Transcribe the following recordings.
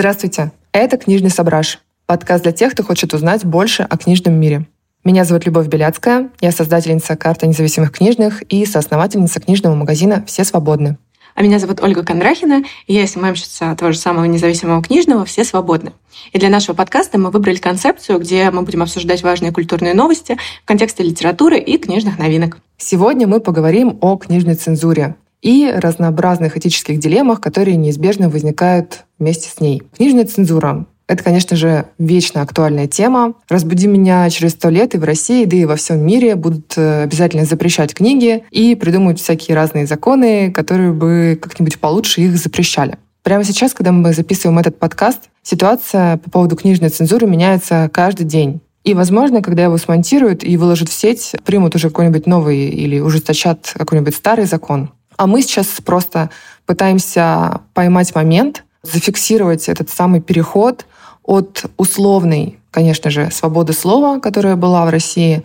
Здравствуйте! Это «Книжный сображ» — подкаст для тех, кто хочет узнать больше о книжном мире. Меня зовут Любовь Беляцкая, я создательница карты независимых книжных и соосновательница книжного магазина «Все свободны». А меня зовут Ольга Кондрахина, и я СММщица того же самого независимого книжного «Все свободны». И для нашего подкаста мы выбрали концепцию, где мы будем обсуждать важные культурные новости в контексте литературы и книжных новинок. Сегодня мы поговорим о книжной цензуре и разнообразных этических дилеммах, которые неизбежно возникают вместе с ней. Книжная цензура — это, конечно же, вечно актуальная тема. «Разбуди меня через 100 лет» и в России, да и во всем мире будут обязательно запрещать книги и придумывать всякие разные законы, которые бы как-нибудь получше их запрещали. Прямо сейчас, когда мы записываем этот подкаст, ситуация по поводу книжной цензуры меняется каждый день. И, возможно, когда его смонтируют и выложат в сеть, примут уже какой-нибудь новый или ужесточат какой-нибудь старый закон. А мы сейчас просто пытаемся поймать момент, зафиксировать этот самый переход от условной, конечно же, свободы слова, которая была в России,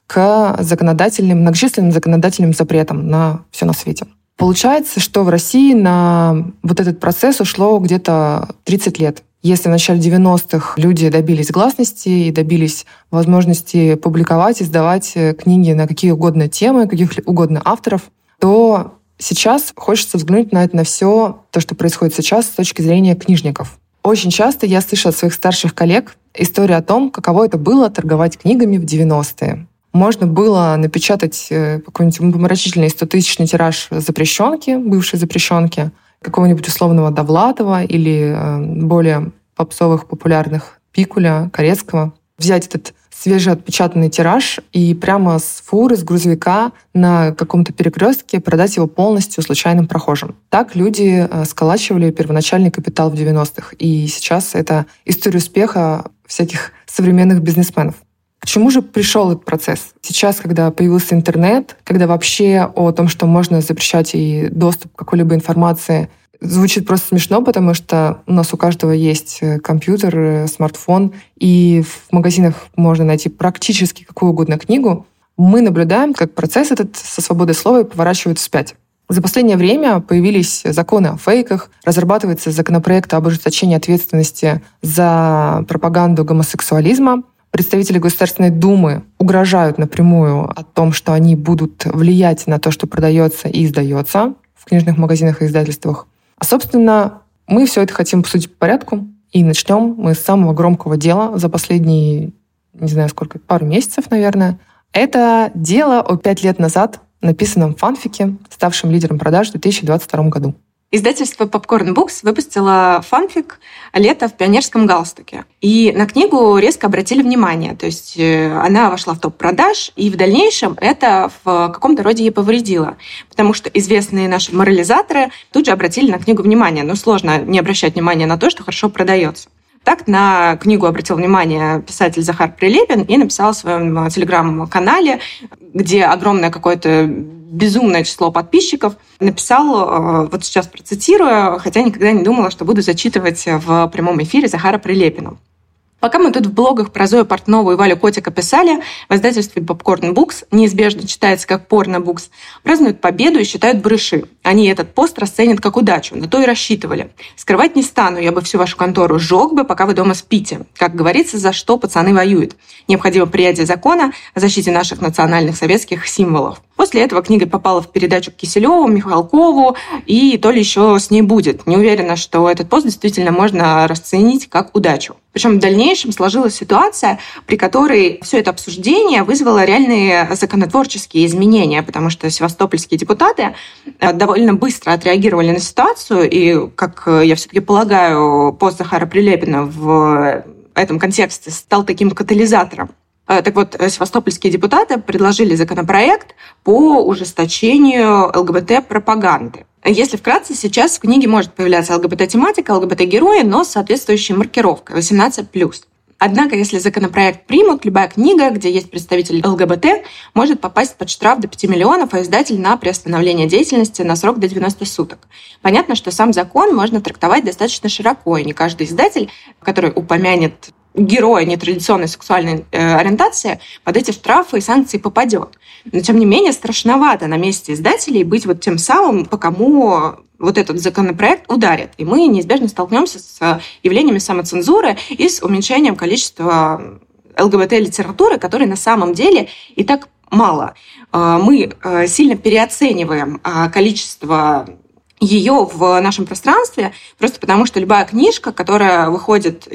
к многочисленным законодательным запретам на все на свете. Получается, что в России на вот этот процесс ушло где-то 30 лет. Если в начале 90-х люди добились гласности и добились возможности публиковать, издавать книги на какие угодно темы, каких угодно авторов, то сейчас хочется взглянуть на это, на все то, что происходит сейчас с точки зрения книжников. Очень часто я слышу от своих старших коллег историю о том, каково это было торговать книгами в 90-е. Можно было напечатать какой-нибудь умопомрачительный 100-тысячный тираж запрещенки, бывшей запрещенки, какого-нибудь условного Довлатова или более попсовых, популярных Пикуля, Корецкого, взять этот свежеотпечатанный тираж и прямо с фуры, с грузовика на каком-то перекрестке продать его полностью случайным прохожим. Так люди сколачивали первоначальный капитал в 90-х. И сейчас это история успеха всяких современных бизнесменов. К чему же пришел этот процесс? Сейчас, когда появился интернет, когда вообще о том, что можно запрещать и доступ к какой-либо информации, звучит просто смешно, потому что у нас у каждого есть компьютер, смартфон, и в магазинах можно найти практически какую угодно книгу. Мы наблюдаем, как процесс этот со свободой слова поворачивает вспять. За последнее время появились законы о фейках, разрабатывается законопроект об ужесточении ответственности за пропаганду гомосексуализма. Представители Государственной Думы угрожают напрямую о том, что они будут влиять на то, что продается и издается в книжных магазинах и издательствах. А, собственно, мы все это хотим обсудить по порядку. И начнем мы с самого громкого дела за последние, не знаю сколько, пару месяцев, наверное. Это дело о 5 лет назад написанном фанфике, ставшем лидером продаж в 2022 году. Издательство Popcorn Books выпустило фанфик «Лето в пионерском галстуке». И на книгу резко обратили внимание. То есть она вошла в топ продаж, и в дальнейшем это в каком-то роде ей повредило. Потому что известные наши морализаторы тут же обратили на книгу внимание. Но сложно не обращать внимания на то, что хорошо продается. Так на книгу обратил внимание писатель Захар Прилепин и написал в своем телеграм-канале, где огромное какое-то безумное число подписчиков, написал, вот сейчас процитирую, хотя никогда не думала, что буду зачитывать в прямом эфире Захара Прилепина. Пока мы тут в блогах про Зою Портнову и Валю Котика писали, в издательстве Popcorn Books, неизбежно читается как порно-букс, празднуют победу и считают барыши. Они этот пост расценят как удачу, на то и рассчитывали. Скрывать не стану, я бы всю вашу контору сжег бы, пока вы дома спите. Как говорится, за что пацаны воюют. Необходимо принятие закона о защите наших национальных советских символов. После этого книга попала в передачу к Киселеву, Михалкову, и то ли еще с ней будет. Не уверена, что этот пост действительно можно расценить как удачу. Причем в дальнейшем сложилась ситуация, при которой все это обсуждение вызвало реальные законотворческие изменения, потому что севастопольские депутаты довольно быстро отреагировали на ситуацию, и, как я все-таки полагаю, пост Захара Прилепина в этом контексте стал таким катализатором. Так вот, севастопольские депутаты предложили законопроект по ужесточению ЛГБТ-пропаганды. Если вкратце, сейчас в книге может появляться ЛГБТ-тематика, ЛГБТ-герои, но с соответствующей маркировкой 18+. Однако, если законопроект примут, любая книга, где есть представитель ЛГБТ, может попасть под штраф до 5 миллионов, а издатель на приостановление деятельности на срок до 90 суток. Понятно, что сам закон можно трактовать достаточно широко, и не каждый издатель, который упомянет герой нетрадиционной сексуальной ориентации под эти штрафы и санкции попадет. Но, тем не менее, страшновато на месте издателей быть вот тем самым, по кому вот этот законопроект ударит. И мы неизбежно столкнемся с явлениями самоцензуры и с уменьшением количества ЛГБТ-литературы, которой на самом деле и так мало. Мы сильно переоцениваем количество ее в нашем пространстве, просто потому что любая книжка, которая выходит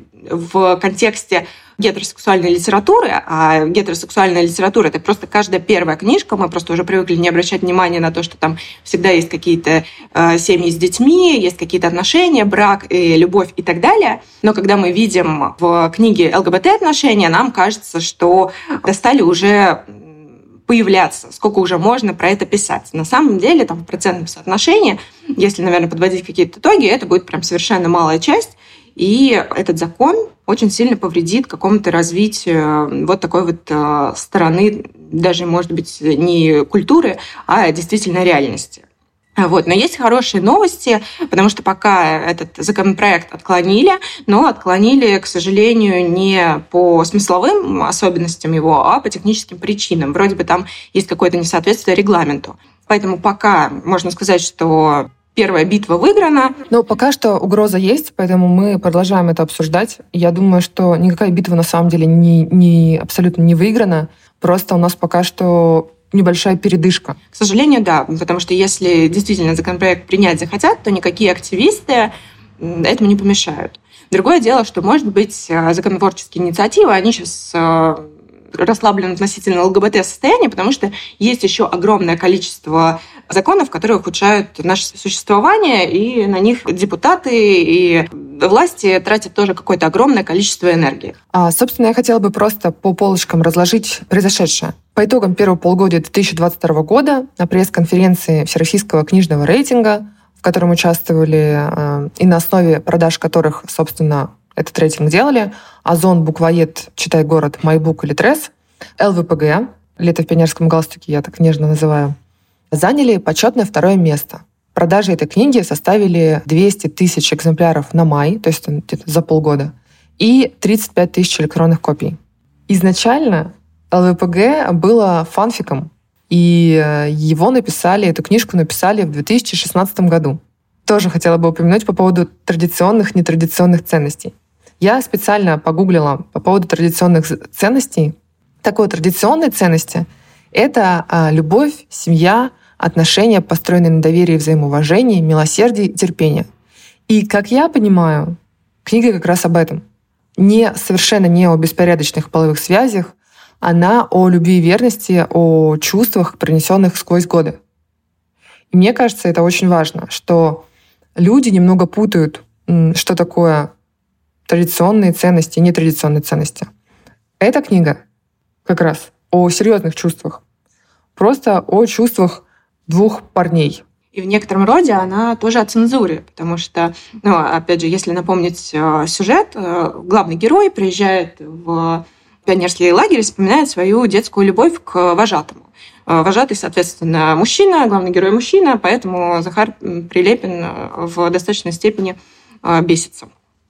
в контексте гетеросексуальной литературы, а гетеросексуальная литература – это просто каждая первая книжка, мы просто уже привыкли не обращать внимания на то, что там всегда есть какие-то семьи с детьми, есть какие-то отношения, брак, любовь и так далее. Но когда мы видим в книге ЛГБТ-отношения, нам кажется, что достали уже появляться, сколько уже можно про это писать. На самом деле, там, в процентном соотношении, если, наверное, подводить какие-то итоги, это будет прям совершенно малая часть, и этот закон очень сильно повредит какому-то развитию вот такой вот стороны, даже, может быть, не культуры, а действительно реальности. Вот. Но есть хорошие новости, потому что пока этот законопроект отклонили, но отклонили, к сожалению, не по смысловым особенностям его, а по техническим причинам. Вроде бы там есть какое-то несоответствие регламенту. Поэтому пока можно сказать, что первая битва выиграна. Но пока что угроза есть, поэтому мы продолжаем это обсуждать. Я думаю, что никакая битва на самом деле абсолютно не выиграна. Просто у нас пока что небольшая передышка. К сожалению, да, потому что если действительно законопроект принять захотят, то никакие активисты этому не помешают. Другое дело, что, может быть, законотворческие инициативы, они сейчас расслаблены относительно ЛГБТ-состояния, потому что есть еще огромное количество законов, которые ухудшают наше существование, и на них депутаты и власти тратят тоже какое-то огромное количество энергии. Собственно, я хотела бы просто по полочкам разложить произошедшее. По итогам первого полугодия 2022 года на пресс-конференции Всероссийского книжного рейтинга, в котором участвовали и на основе продаж которых, собственно, этот рейтинг делали, Озон, Буквоед, Читай город, Майбук и Литрес, ЛВПГ, «Лето в пионерском галстуке», я так нежно называю, заняли почетное 2 место. Продажи этой книги составили 200 тысяч экземпляров на май, то есть где-то за полгода, и 35 тысяч электронных копий. Изначально ЛВПГ было фанфиком, и эту книжку написали в 2016 году. Тоже хотела бы упомянуть по поводу традиционных, нетрадиционных ценностей. Я специально погуглила по поводу традиционных ценностей. Так вот, традиционные ценности — это любовь, семья, отношения, построенные на доверии, взаимоуважении, милосердии и терпении. И, как я понимаю, книга как раз об этом. Совершенно не о беспорядочных половых связях, она о любви и верности, о чувствах, пронесенных сквозь годы. И мне кажется, это очень важно, что люди немного путают, что такое традиционные ценности и нетрадиционные ценности. Эта книга как раз о серьезных чувствах. Просто о чувствах двух парней. И в некотором роде она тоже о цензуре, потому что, опять же, если напомнить сюжет, главный герой приезжает в пионерский лагерь и вспоминает свою детскую любовь к вожатому. Вожатый, соответственно, мужчина, главный герой мужчина, поэтому Захар Прилепин в достаточной степени бесится.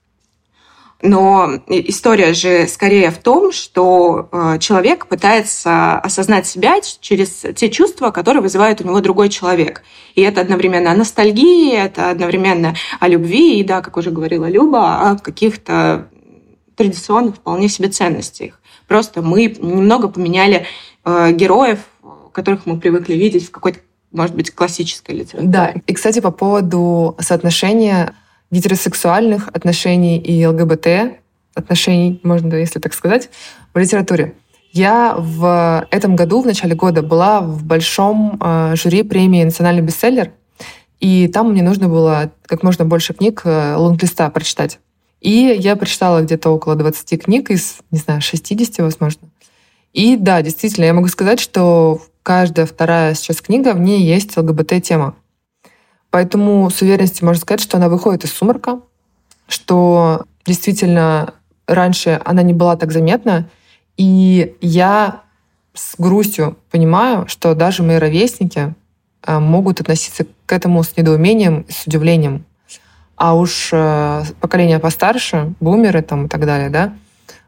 Но история же скорее в том, что человек пытается осознать себя через те чувства, которые вызывает у него другой человек. И это одновременно о ностальгии, это одновременно о любви, и, да, как уже говорила Люба, о каких-то традиционных вполне себе ценностях. Просто мы немного поменяли героев, которых мы привыкли видеть в какой-то, может быть, классической литературе. Да, и, кстати, по поводу соотношения гетеросексуальных отношений и ЛГБТ отношений, можно, если так сказать, в литературе. Я в этом году, в начале года, была в большом жюри премии «Национальный бестселлер», и там мне нужно было как можно больше книг лонглиста прочитать. И я прочитала где-то около 20 книг из, 60, возможно. И да, действительно, я могу сказать, что каждая вторая сейчас книга, в ней есть ЛГБТ-тема. Поэтому с уверенностью можно сказать, что она выходит из сумрака, что действительно раньше она не была так заметна. И я с грустью понимаю, что даже мои ровесники могут относиться к этому с недоумением и с удивлением. А уж поколение постарше, бумеры там и так далее, да,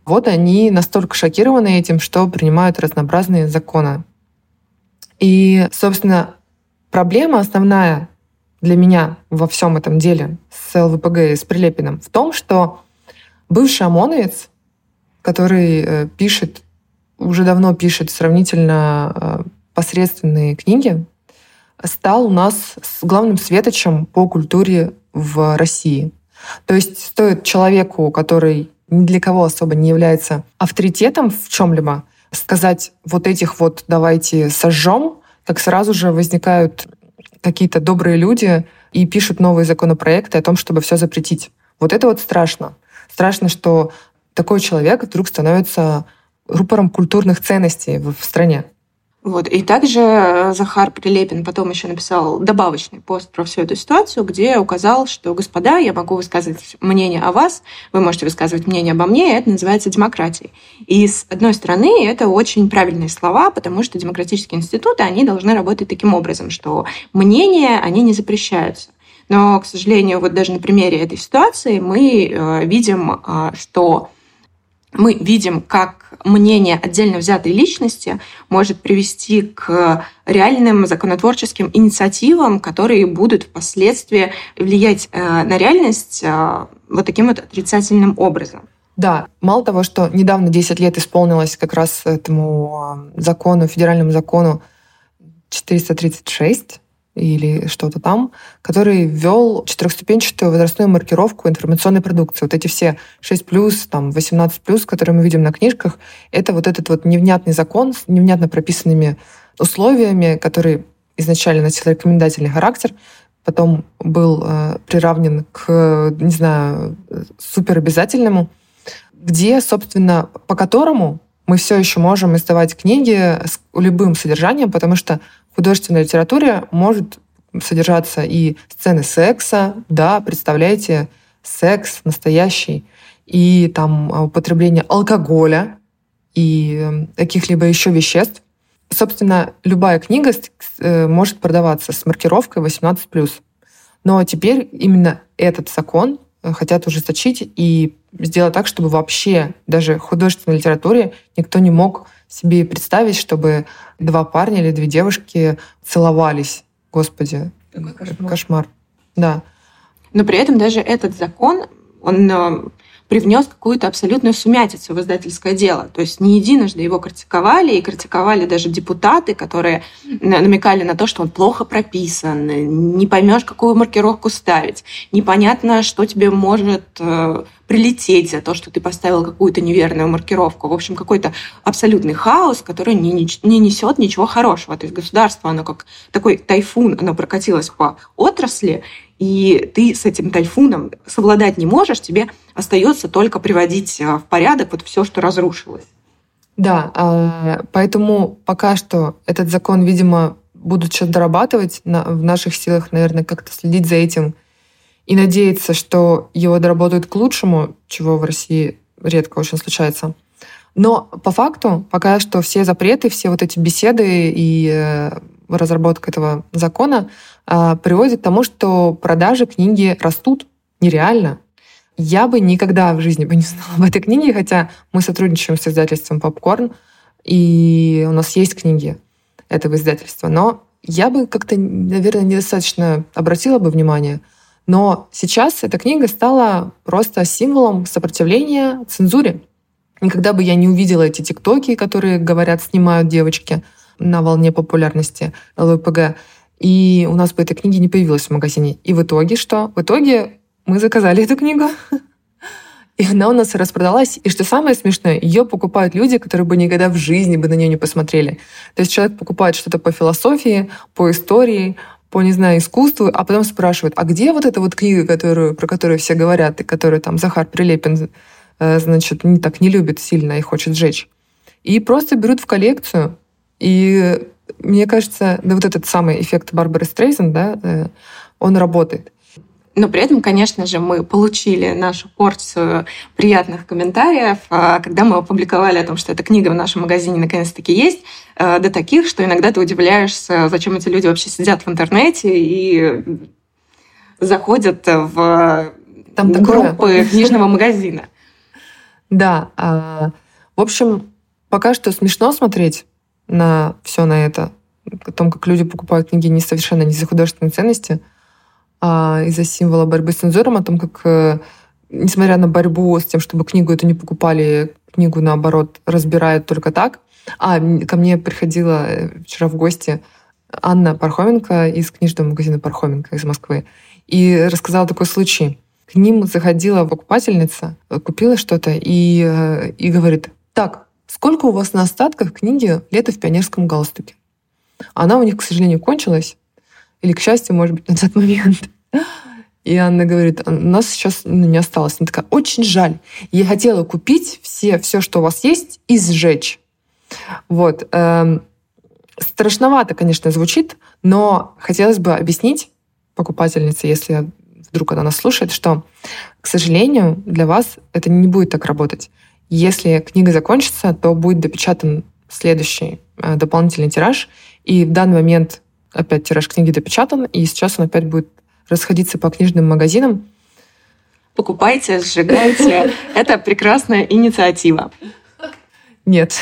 Вот они настолько шокированы этим, что принимают разнообразные законы. И, собственно, проблема основная для меня во всем этом деле с ЛВПГ и с Прилепиным в том, что бывший ОМОНовец, который уже давно пишет сравнительно посредственные книги, стал у нас главным светочем по культуре в России. То есть стоит человеку, который ни для кого особо не является авторитетом в чем-либо, сказать вот этих вот давайте сожжем, как сразу же возникают какие-то добрые люди и пишут новые законопроекты о том, чтобы все запретить. Вот это вот страшно. Страшно, что такой человек вдруг становится рупором культурных ценностей в стране. Вот. И также Захар Прилепин потом еще написал добавочный пост про всю эту ситуацию, где указал, что, господа, я могу высказывать мнение о вас, вы можете высказывать мнение обо мне, и это называется демократией. И с одной стороны, это очень правильные слова, потому что демократические институты, они должны работать таким образом, что мнения, они не запрещаются. Но, к сожалению, вот даже на примере этой ситуации мы видим, как мнение отдельно взятой личности может привести к реальным законотворческим инициативам, которые будут впоследствии влиять на реальность вот таким вот отрицательным образом. Да, мало того, что недавно 10 лет исполнилось как раз этому закону, федеральному закону 436, или что-то там, который ввел 4-ступенчатую возрастную маркировку информационной продукции. Вот эти все 6+, там, 18+, которые мы видим на книжках, это вот этот вот невнятный закон с невнятно прописанными условиями, который изначально носил рекомендательный характер, потом был приравнен к, не знаю, суперобязательному, где, собственно, по которому мы все еще можем издавать книги с любым содержанием, потому что в художественной литературе может содержаться и сцены секса, да, представляете, секс настоящий, и там употребление алкоголя и каких-либо еще веществ. Собственно, любая книга может продаваться с маркировкой 18+. Но теперь именно этот закон хотят ужесточить и сделать так, чтобы вообще даже в художественной литературе никто не мог себе представить, чтобы 2 парня или 2 девушки целовались. Господи, кошмар. Да. Но при этом даже этот закон, он привнес какую-то абсолютную сумятицу в издательское дело. То есть не единожды его критиковали, и критиковали даже депутаты, которые намекали на то, что он плохо прописан, не поймешь, какую маркировку ставить, непонятно, что тебе может прилететь за то, что ты поставил какую-то неверную маркировку. В общем, какой-то абсолютный хаос, который не несет ничего хорошего. То есть государство, оно как такой тайфун, оно прокатилось по отрасли, и ты с этим тайфуном совладать не можешь, тебе остается только приводить в порядок вот все, что разрушилось. Да, поэтому пока что этот закон, видимо, будут сейчас дорабатывать. В наших силах, наверное, как-то следить за этим и надеяться, что его доработают к лучшему, чего в России редко очень случается. Но по факту пока что все запреты, все вот эти беседы и разработка этого закона приводит к тому, что продажи книги растут нереально. Я бы никогда в жизни бы не знала об этой книге, хотя мы сотрудничаем с издательством «Попкорн», и у нас есть книги этого издательства. Но я бы как-то, наверное, недостаточно обратила бы внимание. Но сейчас эта книга стала просто символом сопротивления цензуре. Никогда бы я не увидела эти тиктоки, которые, говорят, снимают девочки на волне популярности ЛВПГ. И у нас бы этой книги не появилось в магазине. И в итоге что? В итоге мы заказали эту книгу, и она у нас распродалась. И что самое смешное, ее покупают люди, которые бы никогда в жизни бы на нее не посмотрели. То есть человек покупает что-то по философии, по истории, по, не знаю, искусству, а потом спрашивает, а где вот эта вот книга, про которую все говорят, и которую там Захар Прилепин, значит, не любит сильно и хочет сжечь. И просто берут в коллекцию. И мне кажется, да, вот этот самый эффект Барбары Стрейзанд, да, он работает. Но при этом, конечно же, мы получили нашу порцию приятных комментариев, когда мы опубликовали о том, что эта книга в нашем магазине наконец-таки есть, до таких, что иногда ты удивляешься, зачем эти люди вообще сидят в интернете и заходят в группы книжного магазина. Да. В общем, пока что смешно смотреть на все на это, о том, как люди покупают книги совершенно не из-за художественной ценности, а из-за символа борьбы с цензурой, о том, как, несмотря на борьбу с тем, чтобы книгу эту не покупали, книгу, наоборот, разбирают только так. Ко мне приходила вчера в гости Анна Пархоменко из книжного магазина Пархоменко из Москвы и рассказала такой случай. К ним заходила покупательница, купила что-то и говорит: «Так, сколько у вас на остатках книги «Лето в пионерском галстуке»?» Она у них, к сожалению, кончилась. Или, к счастью, может быть, на тот момент. И Анна говорит: у нас сейчас не осталось. Она такая: очень жаль. Я хотела купить все, что у вас есть, и сжечь. Вот. Страшновато, конечно, звучит, но хотелось бы объяснить покупательнице, если вдруг она нас слушает, что, к сожалению, для вас это не будет так работать. Если книга закончится, то будет допечатан следующий дополнительный тираж, и в данный момент опять тираж книги допечатан, и сейчас он опять будет расходиться по книжным магазинам. Покупайте, сжигайте. Это прекрасная инициатива. Нет.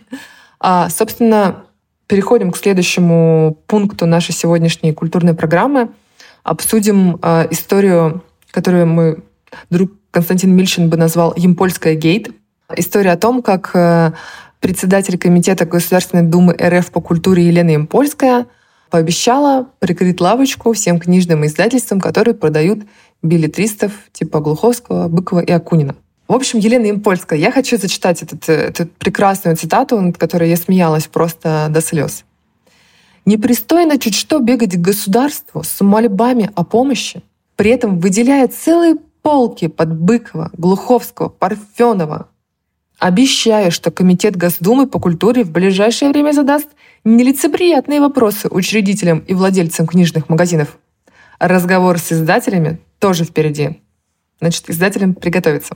Собственно, переходим к следующему пункту нашей сегодняшней культурной программы. Обсудим историю, которую мой друг Константин Мильчин бы назвал «Ямпольская гейт». История о том, как председатель Комитета Государственной Думы РФ по культуре Елена Ямпольская пообещала прикрыть лавочку всем книжным издательствам, которые продают беллетристов типа Глуховского, Быкова и Акунина. В общем, Елена Ямпольская. Я хочу зачитать эту прекрасную цитату, над которой я смеялась просто до слез. «Непристойно чуть что бегать к государству с мольбами о помощи, при этом выделяя целые полки под Быкова, Глуховского, Парфенова. Обещаю, что Комитет Госдумы по культуре в ближайшее время задаст нелицеприятные вопросы учредителям и владельцам книжных магазинов. Разговор с издателями тоже впереди. Значит, издателям приготовиться».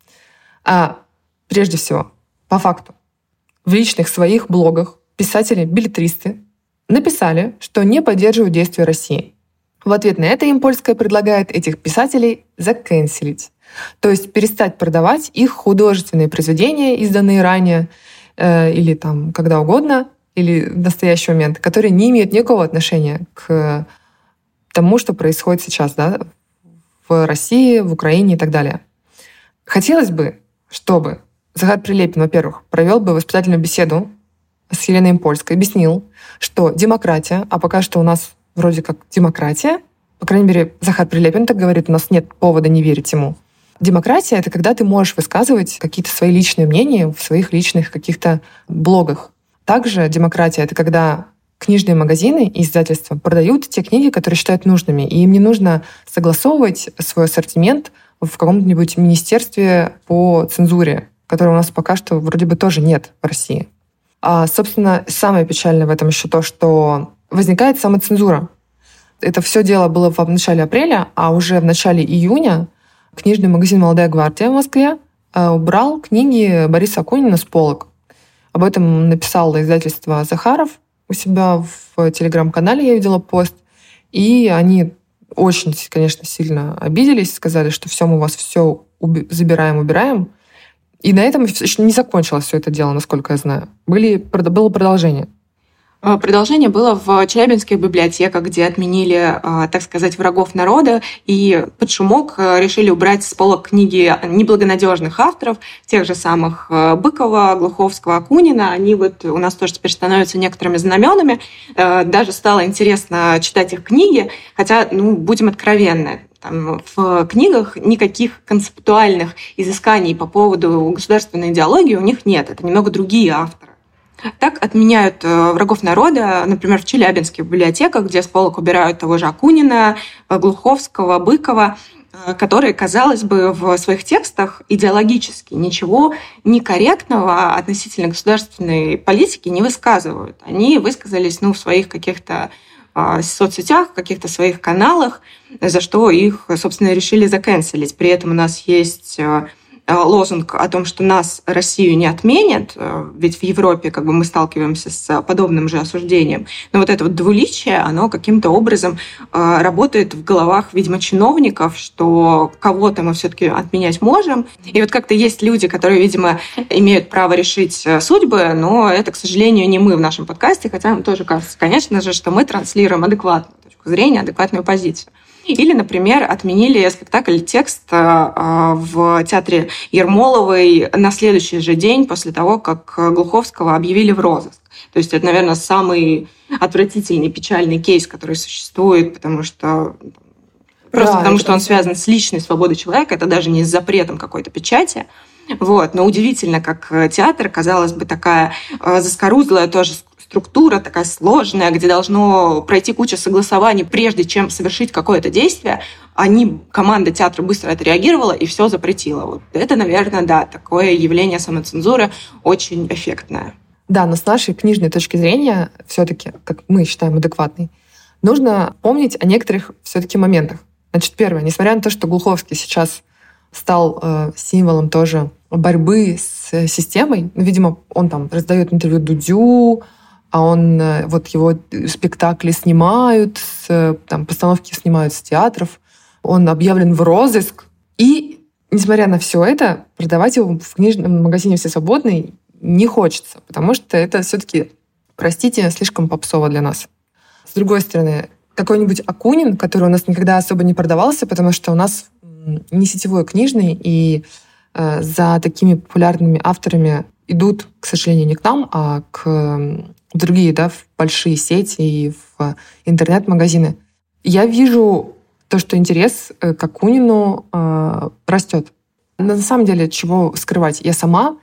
Прежде всего, по факту, в личных своих блогах писатели-беллетристы написали, что не поддерживают действия России. В ответ на это Ямпольская предлагает этих писателей закэнселить, то есть перестать продавать их художественные произведения, изданные ранее, или там когда угодно, или в настоящий момент, которые не имеют никакого отношения к тому, что происходит сейчас, да, в России, в Украине и так далее. Хотелось бы, чтобы Захар Прилепин, во-первых, провел бы воспитательную беседу с Еленой Ямпольской, объяснил, что демократия, а пока что у нас вроде как демократия, по крайней мере, Захар Прилепин так говорит, у нас нет повода не верить ему. Демократия — это когда ты можешь высказывать какие-то свои личные мнения в своих личных каких-то блогах. Также демократия — это когда книжные магазины и издательства продают те книги, которые считают нужными, и им не нужно согласовывать свой ассортимент в каком-нибудь министерстве по цензуре, которого у нас пока что вроде бы тоже нет в России. Собственно, самое печальное в этом еще то, что возникает самоцензура. Это все дело было в начале апреля, а уже в начале июня книжный магазин «Молодая гвардия» в Москве убрал книги Бориса Акунина с полок. Об этом написало издательство «Захаров» у себя в телеграм-канале, я видела пост, и они очень, конечно, сильно обиделись, сказали, что все, мы у вас все забираем, убираем. И на этом не закончилось все это дело, насколько я знаю. Было продолжение. Продолжение было в Челябинских библиотеках, где отменили, так сказать, врагов народа, и под шумок решили убрать с полок книги неблагонадежных авторов, тех же самых Быкова, Глуховского, Акунина. Они вот у нас тоже теперь становятся некоторыми знаменами. Даже стало интересно читать их книги, хотя, будем откровенны, там, в книгах никаких концептуальных изысканий по поводу государственной идеологии у них нет. Это немного другие авторы. Так отменяют врагов народа, например, в Челябинских библиотеках, где с полок убирают того же Акунина, Глуховского, Быкова, которые, казалось бы, в своих текстах идеологически ничего некорректного относительно государственной политики не высказывают. Они высказались в своих каких-то соцсетях, в каких-то своих каналах, за что их, собственно, решили закэнселить. При этом у нас есть лозунг о том, что нас, Россию, не отменят, ведь в Европе как бы мы сталкиваемся с подобным же осуждением. Но вот это вот двуличие, оно каким-то образом работает в головах, видимо, чиновников, что кого-то мы все-таки отменять можем. И вот как-то есть люди, которые, видимо, имеют право решить судьбы, но это, к сожалению, не мы в нашем подкасте, хотя нам тоже кажется, конечно же, что мы транслируем адекватную точку зрения, адекватную позицию. Или, например, отменили спектакль «Текст» в театре Ермоловой на следующий же день после того, как Глуховского объявили в розыск. То есть это, наверное, самый отвратительный, печальный кейс, который существует, потому что он связан с личной свободой человека, это даже не с запретом какой-то печати. Вот. Но удивительно, как театр, казалось бы, такая заскорузлая тоже структура, такая сложная, где должно пройти куча согласований, прежде чем совершить какое-то действие, команда театра быстро отреагировала и все запретила. Вот это, наверное, да, такое явление самоцензуры очень эффектное. Да, но с нашей книжной точки зрения, все-таки, как мы считаем адекватной, нужно помнить о некоторых все-таки моментах. Значит, первое, несмотря на то, что Глуховский сейчас стал символом тоже борьбы с системой, видимо, он там раздает интервью Дудю, а вот его спектакли снимают, постановки снимают с театров, он объявлен в розыск. И, несмотря на все это, продавать его в книжном магазине «Все свободный» не хочется, потому что это все-таки, простите, слишком попсово для нас. С другой стороны, какой-нибудь Акунин, который у нас никогда особо не продавался, потому что у нас не сетевой книжный, и за такими популярными авторами идут, к сожалению, не к нам, а в другие, в большие сети и в интернет-магазины. Я вижу то, что интерес к Акунину растет. На самом деле, чего скрывать? Я сама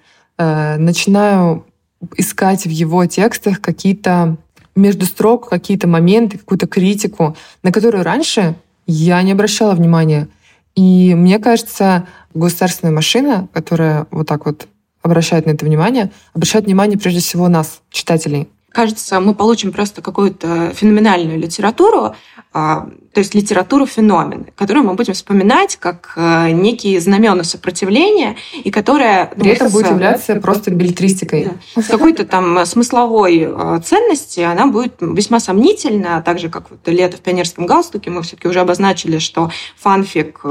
начинаю искать в его текстах какие-то между строк, какие-то моменты, какую-то критику, на которую раньше я не обращала внимания. И мне кажется, государственная машина, которая вот так вот обращает на это внимание, обращает внимание прежде всего нас, читателей. Кажется, мы получим просто какую-то феноменальную литературу, то есть литературу-феномен, которую мы будем вспоминать как некие знамена сопротивления, и которая... При этом будет являться просто беллетристикой. Да. С какой-то там смысловой ценности она будет весьма сомнительна, так же, как вот «Лето в пионерском галстуке», мы все-таки уже обозначили, что фанфик...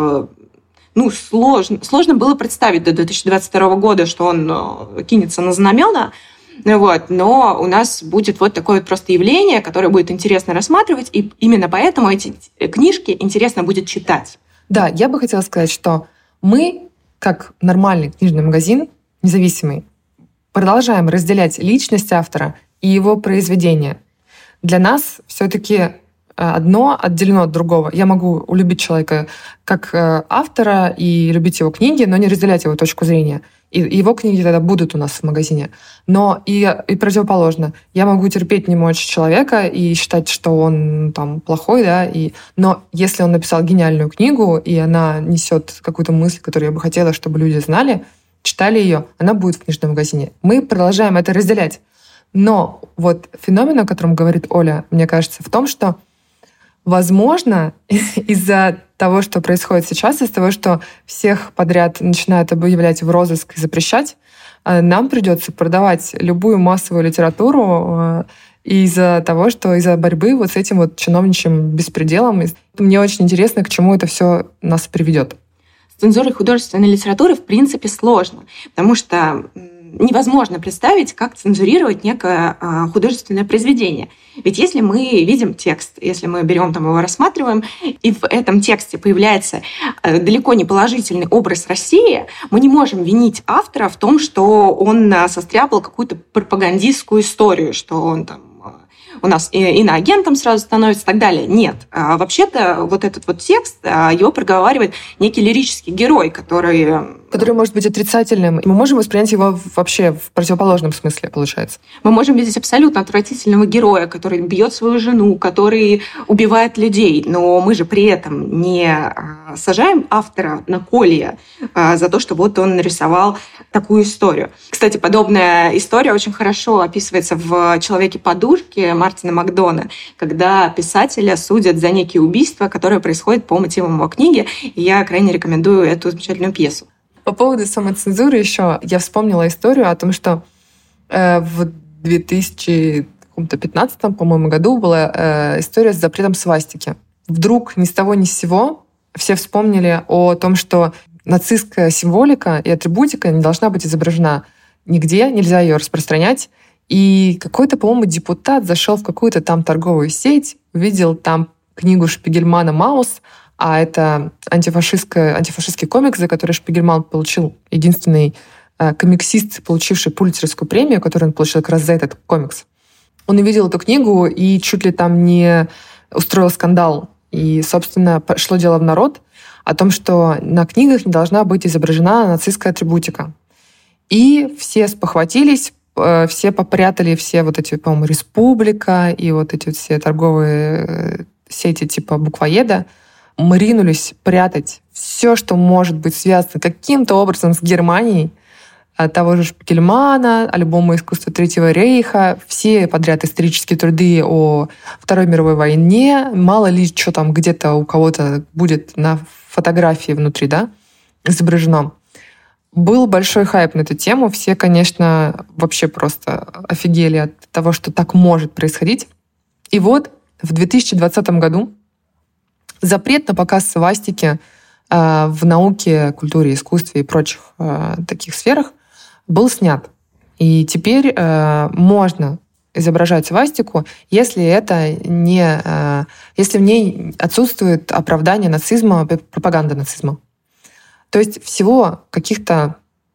сложно было представить до 2022 года, что он кинется на знамена. Вот. Но у нас будет вот такое вот просто явление, которое будет интересно рассматривать, и именно поэтому эти книжки интересно будет читать. Да, я бы хотела сказать, что мы, как нормальный книжный магазин, независимый, продолжаем разделять личность автора и его произведение. Для нас все-таки одно отделено от другого. Я могу улюбить человека как автора и любить его книги, но не разделять его точку зрения. И его книги тогда будут у нас в магазине. Но и противоположно. Я могу терпеть не мочь человека и считать, что он там плохой, да, но если он написал гениальную книгу, и она несет какую-то мысль, которую я бы хотела, чтобы люди знали, читали ее, она будет в книжном магазине. Мы продолжаем это разделять. Но вот феномен, о котором говорит Оля, мне кажется, в том, что возможно, из-за того, что происходит сейчас, из-за того, что всех подряд начинают объявлять в розыск и запрещать, нам придется продавать любую массовую литературу из-за того, что из-за борьбы вот с этим вот чиновничьим беспределом. Мне очень интересно, к чему это все нас приведет. С цензурой художественной литературы в принципе сложно, потому что невозможно представить, как цензурировать некое художественное произведение. Ведь если мы видим текст, если мы берем там его, рассматриваем, и в этом тексте появляется далеко не положительный образ России, мы не можем винить автора в том, что он состряпал какую-то пропагандистскую историю, что он там у нас иноагентом сразу становится и так далее. Нет. Вообще-то вот этот вот текст, его проговаривает некий лирический герой, который может быть отрицательным. Мы можем воспринять его вообще в противоположном смысле, получается. Мы можем видеть абсолютно отвратительного героя, который бьет свою жену, который убивает людей, но мы же при этом не сажаем автора на колья за то, что вот он нарисовал такую историю. Кстати, подобная история очень хорошо описывается в «Человеке-подушке» Мартина Макдона, когда писателя судят за некие убийства, которые происходят по мотивам его книги, и я крайне рекомендую эту замечательную пьесу. По поводу самоцензуры еще я вспомнила историю о том, что в 2015, по-моему, году была история с запретом свастики. Вдруг ни с того ни с сего все вспомнили о том, что нацистская символика и атрибутика не должна быть изображена нигде, нельзя ее распространять. И какой-то, по-моему, депутат зашел в какую-то там торговую сеть, увидел там книгу Шпигельмана «Маус», а это антифашистский комикс, за который Шпигельман получил единственный комиксист, получивший Пулитцеровскую премию, которую он получил как раз за этот комикс. Он увидел эту книгу и чуть ли там не устроил скандал. И, собственно, пошло дело в народ о том, что на книгах не должна быть изображена нацистская атрибутика. И все спохватились, все попрятали все вот эти, по-моему, «Республика» и вот эти вот все торговые сети типа «Буквоеда». Мы ринулись прятать все, что может быть связано каким-то образом с Германией, того же Шпигельмана, альбомы искусства Третьего рейха, все подряд исторические труды о Второй мировой войне. Мало ли, что там где-то у кого-то будет на фотографии внутри, да, изображено. Был большой хайп на эту тему. Все, конечно, вообще просто офигели от того, что так может происходить. И вот в 2020 году запрет на показ свастики в науке, культуре, искусстве и прочих таких сферах был снят. И теперь можно изображать свастику, если если в ней отсутствует оправдание нацизма, пропаганда нацизма. То есть всего каких-то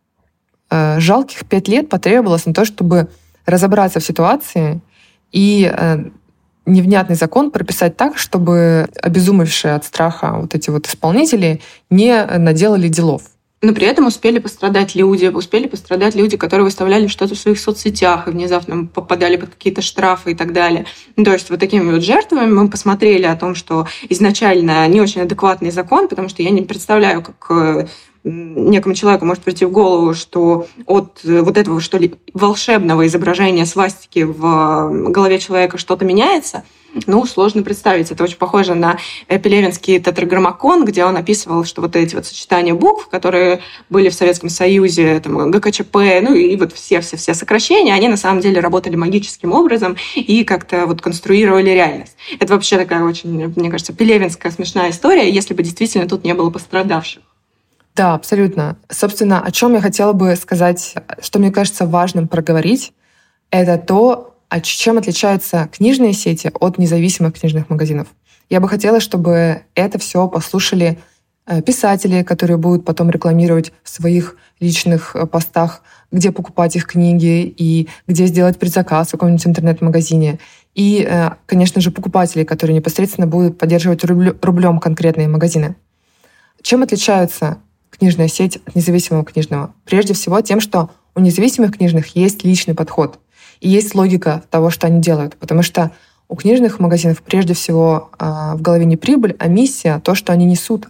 жалких 5 лет потребовалось на то, чтобы разобраться в ситуации и невнятный закон прописать так, чтобы обезумевшие от страха вот эти вот исполнители не наделали делов. Но при этом успели пострадать люди, которые выставляли что-то в своих соцсетях и внезапно попадали под какие-то штрафы и так далее. То есть вот такими вот жертвами мы посмотрели о том, что изначально не очень адекватный закон, потому что я не представляю, как некому человеку может прийти в голову, что от вот этого, что ли, волшебного изображения свастики в голове человека что-то меняется. Ну, сложно представить. Это очень похоже на Пелевинский тетраграммакон, где он описывал, что вот эти вот сочетания букв, которые были в Советском Союзе, там, ГКЧП, ну и вот все сокращения, они на самом деле работали магическим образом и как-то вот конструировали реальность. Это вообще такая очень, мне кажется, пелевинская смешная история, если бы действительно тут не было пострадавших. Да, абсолютно. Собственно, о чем я хотела бы сказать, что мне кажется важным проговорить, это то, чем отличаются книжные сети от независимых книжных магазинов. Я бы хотела, чтобы это все послушали писатели, которые будут потом рекламировать в своих личных постах, где покупать их книги и где сделать предзаказ в каком-нибудь интернет-магазине. И, конечно же, покупатели, которые непосредственно будут поддерживать рублем конкретные магазины. Чем отличаются книжная сеть от независимого книжного? Прежде всего тем, что у независимых книжных есть личный подход и есть логика того, что они делают. Потому что у книжных магазинов прежде всего в голове не прибыль, а миссия, то, что они несут.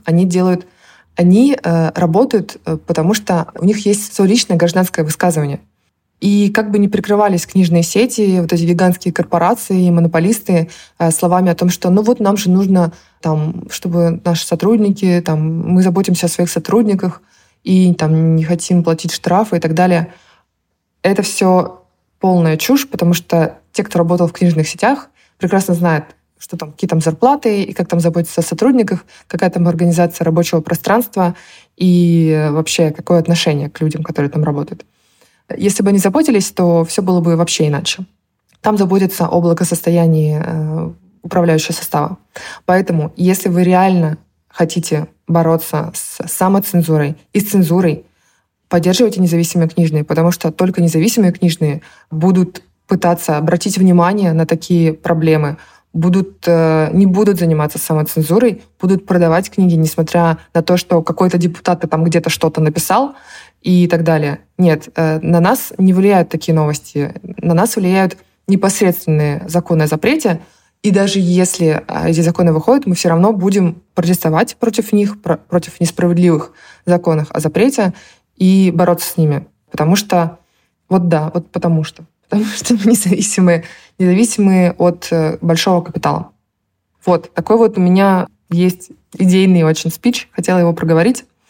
Они работают, потому что у них есть свое личное гражданское высказывание. И как бы ни прикрывались книжные сети, вот эти гигантские корпорации, монополисты словами о том, что ну вот нам же нужно, там, чтобы наши сотрудники, там, мы заботимся о своих сотрудниках и там, не хотим платить штрафы и так далее. Это все полная чушь, потому что те, кто работал в книжных сетях, прекрасно знают, что там, какие там зарплаты и как там заботиться о сотрудниках, какая там организация рабочего пространства и вообще какое отношение к людям, которые там работают. Если бы они заботились, то все было бы вообще иначе. Там заботится о благосостоянии управляющего состава. Поэтому, если вы реально хотите бороться с самоцензурой и с цензурой, поддерживайте независимые книжные, потому что только независимые книжные будут пытаться обратить внимание на такие проблемы, не будут заниматься самоцензурой, будут продавать книги, несмотря на то, что какой-то депутат там где-то что-то написал и так далее. Нет, на нас не влияют такие новости. На нас влияют непосредственные законы о запрете, и даже если эти законы выходят, мы все равно будем протестовать против них, против несправедливых законов о запрете и бороться с ними. Потому что потому что мы независимые от большого капитала. Вот, такой вот у меня есть идейный очень спич, хотела его проговорить.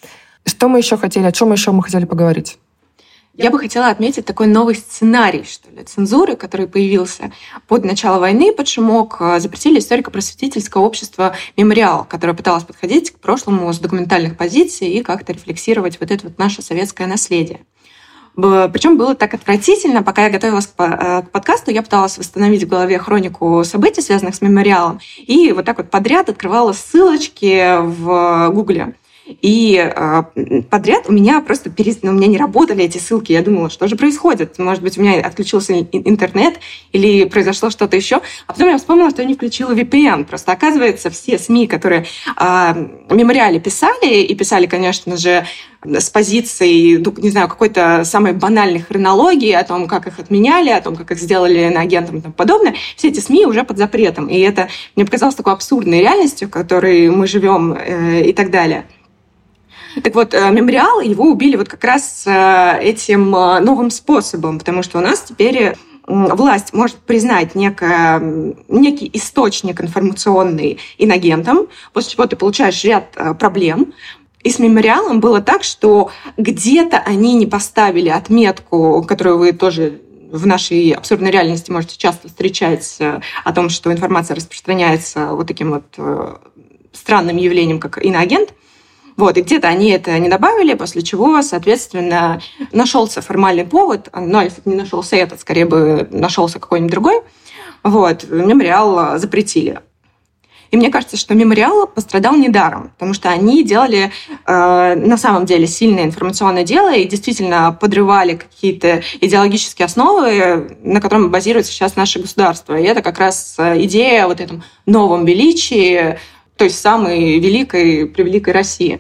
Что мы еще хотели, о чем еще мы хотели поговорить? Я бы хотела отметить такой новый сценарий, что ли, цензуры, который появился под начало войны под шумок. Запретили историко-просветительское общество «Мемориал», которое пыталось подходить к прошлому с документальных позиций и как-то рефлексировать вот это вот наше советское наследие. Причем было так отвратительно, пока я готовилась к подкасту, я пыталась восстановить в голове хронику событий, связанных с «Мемориалом», и вот так вот подряд открывала ссылочки в Гугле. И подряд у меня просто у меня не работали эти ссылки. Я думала, что же происходит? Может быть, у меня отключился интернет или произошло что-то еще. А потом я вспомнила, что я не включила VPN. Просто оказывается, все СМИ, которые о «Мемориале» писали, и писали, конечно же, с позиции, не знаю, какой-то самой банальной хронологии о том, как их отменяли, о том, как их сделали иноагентом и тому подобное, все эти СМИ уже под запретом. И это мне показалось такой абсурдной реальностью, в которой мы живем и так далее. Так вот, «Мемориал», его убили вот как раз этим новым способом, потому что у нас теперь власть может признать некий источник информационный инагентом, после чего ты получаешь ряд проблем. И с «Мемориалом» было так, что где-то они не поставили отметку, которую вы тоже в нашей абсурдной реальности можете часто встречать, о том, что информация распространяется вот таким вот странным явлением, как иноагент. Вот, и где-то они это не добавили, после чего, соответственно, нашелся формальный повод, но если бы не нашелся этот, скорее бы нашелся какой-нибудь другой, вот, «Мемориал» запретили. И мне кажется, что «Мемориал» пострадал недаром, потому что они делали на самом деле сильное информационное дело и действительно подрывали какие-то идеологические основы, на котором базируется сейчас наше государство. И это как раз идея о вот этом новом величии, той самой превеликой России.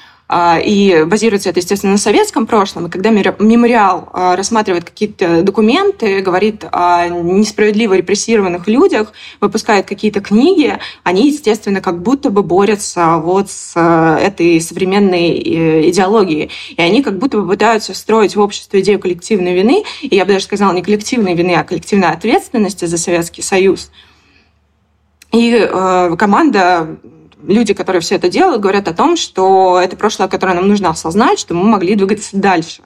И базируется это, естественно, на советском прошлом. И когда «Мемориал» рассматривает какие-то документы, говорит о несправедливо репрессированных людях, выпускает какие-то книги, они, естественно, как будто бы борются вот с этой современной идеологией. И они как будто бы пытаются встроить в общество идею коллективной вины, и я бы даже сказала, не коллективной вины, а коллективной ответственности за Советский Союз. И команда, люди, которые все это делают, говорят о том, что это прошлое, которое нам нужно осознать, что мы могли двигаться дальше.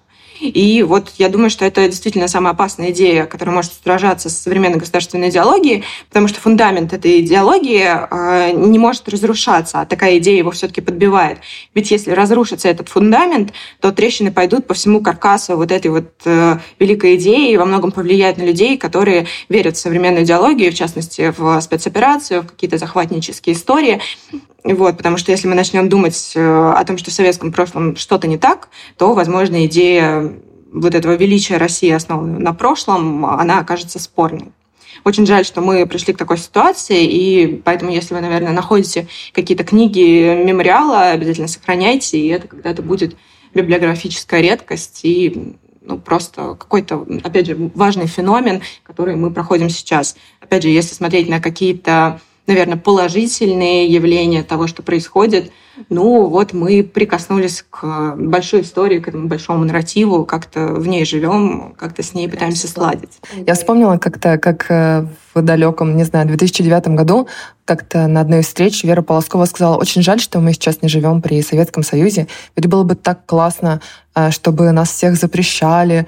И вот я думаю, что это действительно самая опасная идея, которая может сражаться с современной государственной идеологией, потому что фундамент этой идеологии не может разрушаться, а такая идея его все-таки подбивает. Ведь если разрушится этот фундамент, то трещины пойдут по всему каркасу вот этой вот великой идеи и во многом повлияют на людей, которые верят в современную идеологию, в частности, в спецоперацию, в какие-то захватнические истории. Вот, потому что если мы начнем думать о том, что в советском прошлом что-то не так, то, возможно, идея вот этого величия России, основанной на прошлом, она окажется спорной. Очень жаль, что мы пришли к такой ситуации, и поэтому, если вы, наверное, находите какие-то книги «Мемориала», обязательно сохраняйте, и это когда-то будет библиографическая редкость и просто какой-то, опять же, важный феномен, который мы проходим сейчас. Опять же, если смотреть на какие-то, наверное, положительные явления того, что происходит, вот мы прикоснулись к большой истории, к этому большому нарративу, как-то в ней живем, как-то с ней пытаемся сладить. Я вспомнила как-то, как в далеком, 2009 году, как-то на одной из встреч Вера Полоскова сказала: очень жаль, что мы сейчас не живем при Советском Союзе, ведь было бы так классно, чтобы нас всех запрещали,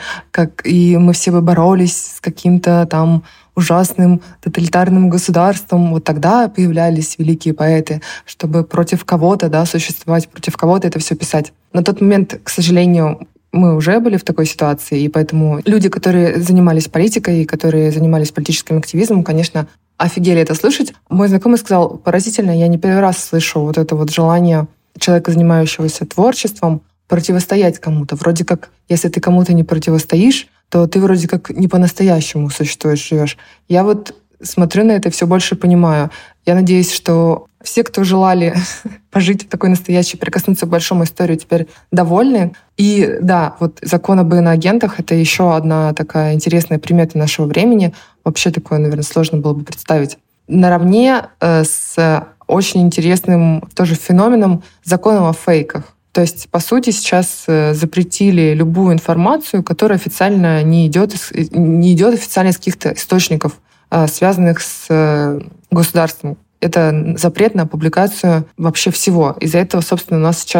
и мы все бы боролись с каким-то там ужасным тоталитарным государством. Вот тогда появлялись великие поэты, чтобы против кого-то, существовать, против кого-то это все писать. На тот момент, к сожалению, мы уже были в такой ситуации, и поэтому люди, которые занимались политикой, которые занимались политическим активизмом, конечно, офигели это слышать. Мой знакомый сказал: поразительно, я не первый раз слышу вот это вот желание человека, занимающегося творчеством, противостоять кому-то. Вроде как, если ты кому-то не противостоишь, то ты вроде как не по-настоящему существуешь, живешь. Я вот смотрю на это и все больше понимаю. Я надеюсь, что все, кто желали пожить в такой настоящей, прикоснуться к большому истории, теперь довольны. И да, вот закон об иноагентах — это еще одна такая интересная примета нашего времени. Вообще такое, наверное, сложно было бы представить. Наравне с очень интересным тоже феноменом законом о фейках. То есть, по сути, сейчас запретили любую информацию, которая официально не идет официально из каких-то источников, связанных с государством. Это запрет на публикацию вообще всего. Из-за этого, собственно, у нас сейчас